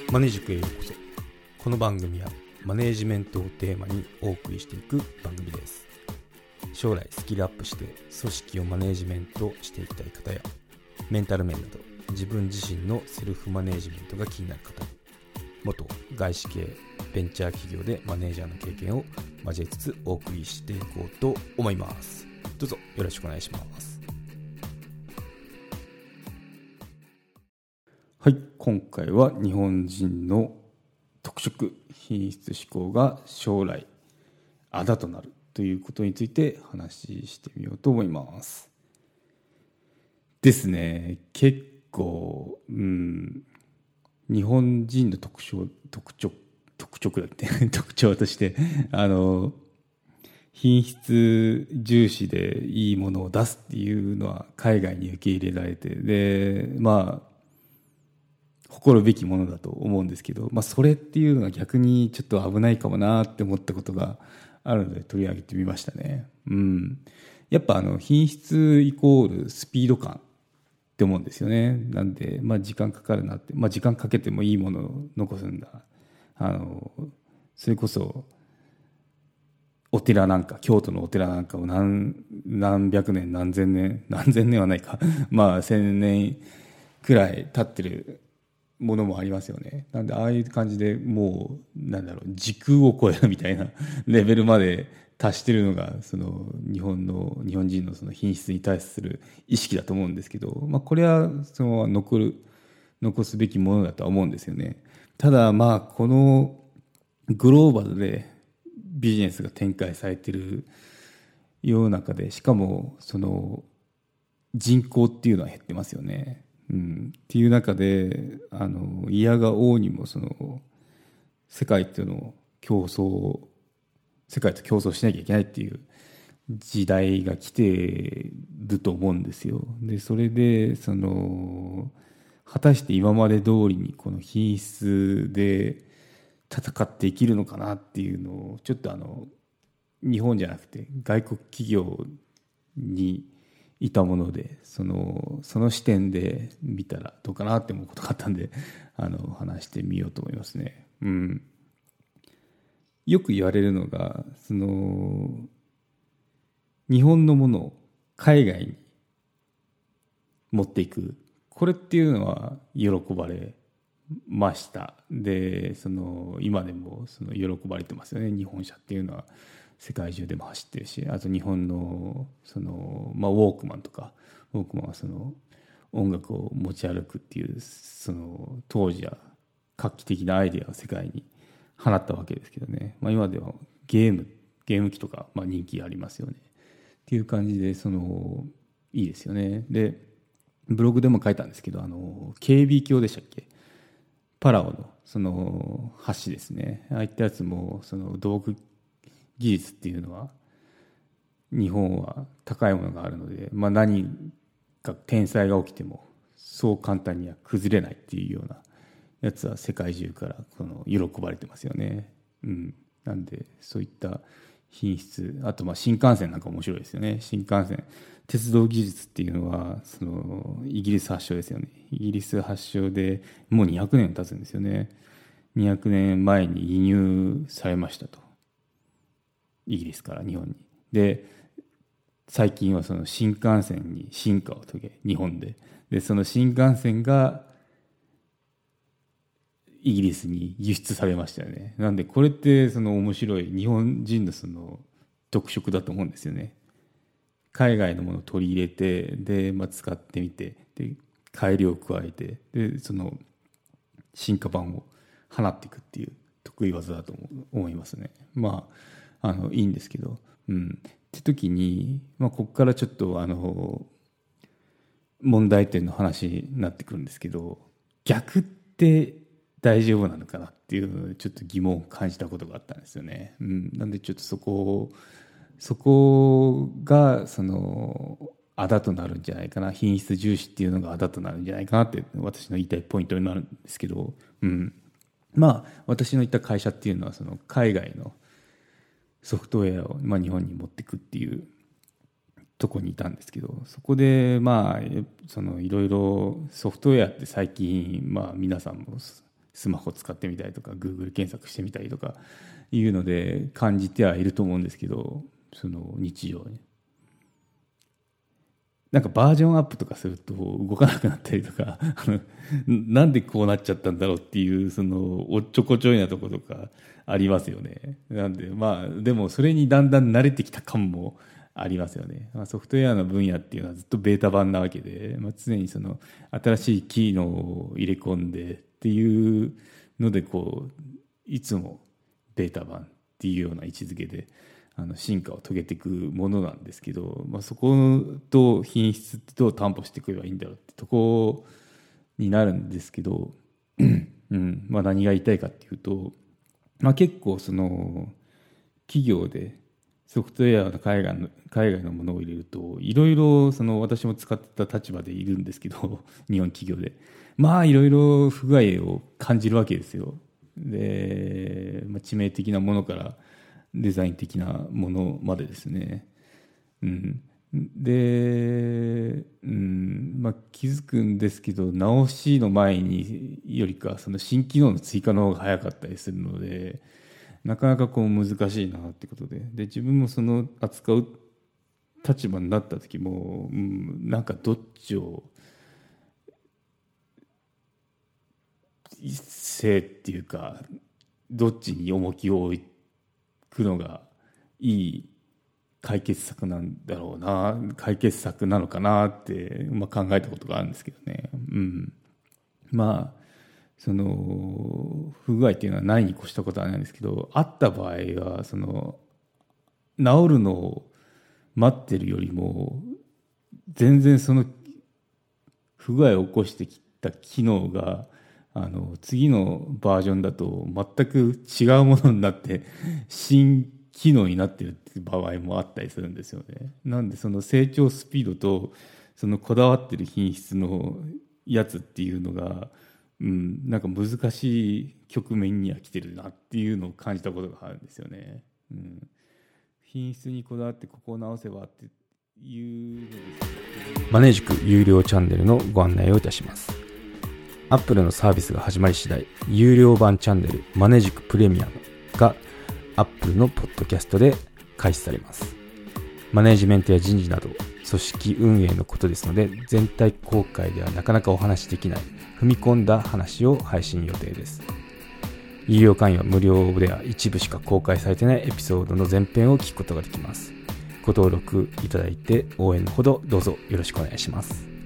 マネ塾へようこそ。この番組はマネージメントをテーマにお送りしていく番組です。将来スキルアップして組織をマネージメントしていきたい方や、メンタル面など自分自身のセルフマネージメントが気になる方、元外資系ベンチャー企業でマネージャーの経験を交えつつお送りしていこうと思います。どうぞよろしくお願いします。はい、今回は日本人の特色品質思考が将来あだとなるということについて話してみようと思いますですね。結構、日本人の特徴として品質重視でいいものを出すっていうのは海外に受け入れられて、で誇るべきものだと思うんですけど、それっていうのが逆にちょっと危ないかもなって思ったことがあるので取り上げてみましたね。やっぱ品質イコールスピード感って思うんですよね。なんで時間かかるなって、時間かけてもいいものを残すんだ。それこそお寺なんか、京都のお寺なんかを何百年何千年はないか1000年くらい経ってるものもありますよね。なんでああいう感じでもう時空を超えるみたいなレベルまで達してるのがその日本人のその品質に対する意識だと思うんですけど、これはその残すべきものだとは思うんですよね。ただこのグローバルでビジネスが展開されている世の中で、しかもその人口っていうのは減ってますよね。っていう中でいやが応にもその世界と競争しなきゃいけないっていう時代が来てると思うんですよ。でそれで果たして今まで通りにこの品質で戦っていけるのかなっていうのをちょっと日本じゃなくて外国企業にいたものでその視点で見たらどうかなって思うことがあったんで話してみようと思いますね。よく言われるのが日本のものを海外に持っていく、これっていうのは喜ばれました。で今でも喜ばれてますよね。日本車っていうのは世界中でも走ってるし、あと日本のウォークマンは音楽を持ち歩くっていう当時は画期的なアイデアを世界に放ったわけですけどね。今ではゲーム機とか人気ありますよねっていう感じでいいですよね。でブログでも書いたんですけど警備橋でしたっけ、パラオの橋ですね。ああいったやつも道具技術っていうのは日本は高いものがあるので、何か天災が起きてもそう簡単には崩れないっていうようなやつは世界中から喜ばれてますよね。なんでそういった品質、あと新幹線なんか面白いですよね。新幹線、鉄道技術っていうのはイギリス発祥ですよね。イギリス発祥でもう200年経つんですよね。200年前に輸入されましたと、イギリスから日本に。で最近は新幹線に進化を遂げ、日本でその新幹線がイギリスに輸出されましたよね。なんでこれって面白い日本人の特色だと思うんですよね。海外のものを取り入れて、で使ってみて、で改良を加えて、で進化版を放っていくっていう得意技だと思いますね。いいんですけど、って時にここからちょっと問題点の話になってくるんですけど、逆って大丈夫なのかなっていうのでちょっと疑問を感じたことがあったんですよね。なんでちょっとそこがあだとなるんじゃないかな、品質重視っていうのがあだとなるんじゃないかなって私の言いたいポイントになるんですけど、私の言った会社っていうのは海外のソフトウェアを日本に持っていくっていうとこにいたんですけど、そこでいろいろソフトウェアって最近皆さんもスマホ使ってみたりとか Google 検索してみたりとかいうので感じてはいると思うんですけど、その日常になんかバージョンアップとかすると動かなくなったりとかなんでこうなっちゃったんだろうっていうそのおっちょこちょいなところとかありますよね。なんでまあでもそれにだんだん慣れてきた感もありますよね。ソフトウェアの分野っていうのはずっとベータ版なわけで、常にその新しい機能を入れ込んでっていうのでこういつもベータ版っていうような位置づけで進化を遂げていくものなんですけど、そこと品質ってどう担保していけばいいんだろうってとこになるんですけど、何が言いたいかっていうと、結構その企業でソフトウェアの海外のものを入れるといろいろその私も使ってた立場でいるんですけど日本企業でいろいろ不具合を感じるわけですよ。で、致命的なものからデザイン的なものまでですね。で、気づくんですけど直しの前によりかその新機能の追加の方が早かったりするので、なかなかこう難しいなってことで、自分もその扱う立場になった時も、なんかどっちを一斉っていうかどっちに重きを置くのがいい解決策なんだろうな、解決策なのかなって、考えたことがあるんですけどね。その不具合っていうのはないに越したことはないんですけど、あった場合はその治るのを待ってるよりも全然その不具合を起こしてきた機能が次のバージョンだと全く違うものになって新機能になってるっていう場合もあったりするんですよね。なんでその成長スピードとそのこだわってる品質のやつっていうのがなんか難しい局面には来てるなっていうのを感じたことがあるんですよね。品質にこだわってここを直せばっていうのです。 マネジク有料チャンネルのご案内をいたします。Apple のサービスが始まり次第、有料版チャンネルマネジクプレミアムが Apple のポッドキャストで開始されます。マネジメントや人事など組織運営のことですので、全体公開ではなかなかお話しできない踏み込んだ話を配信予定です。有料会員は無料では一部しか公開されてないエピソードの前編を聞くことができます。ご登録いただいて応援のほどどうぞよろしくお願いします。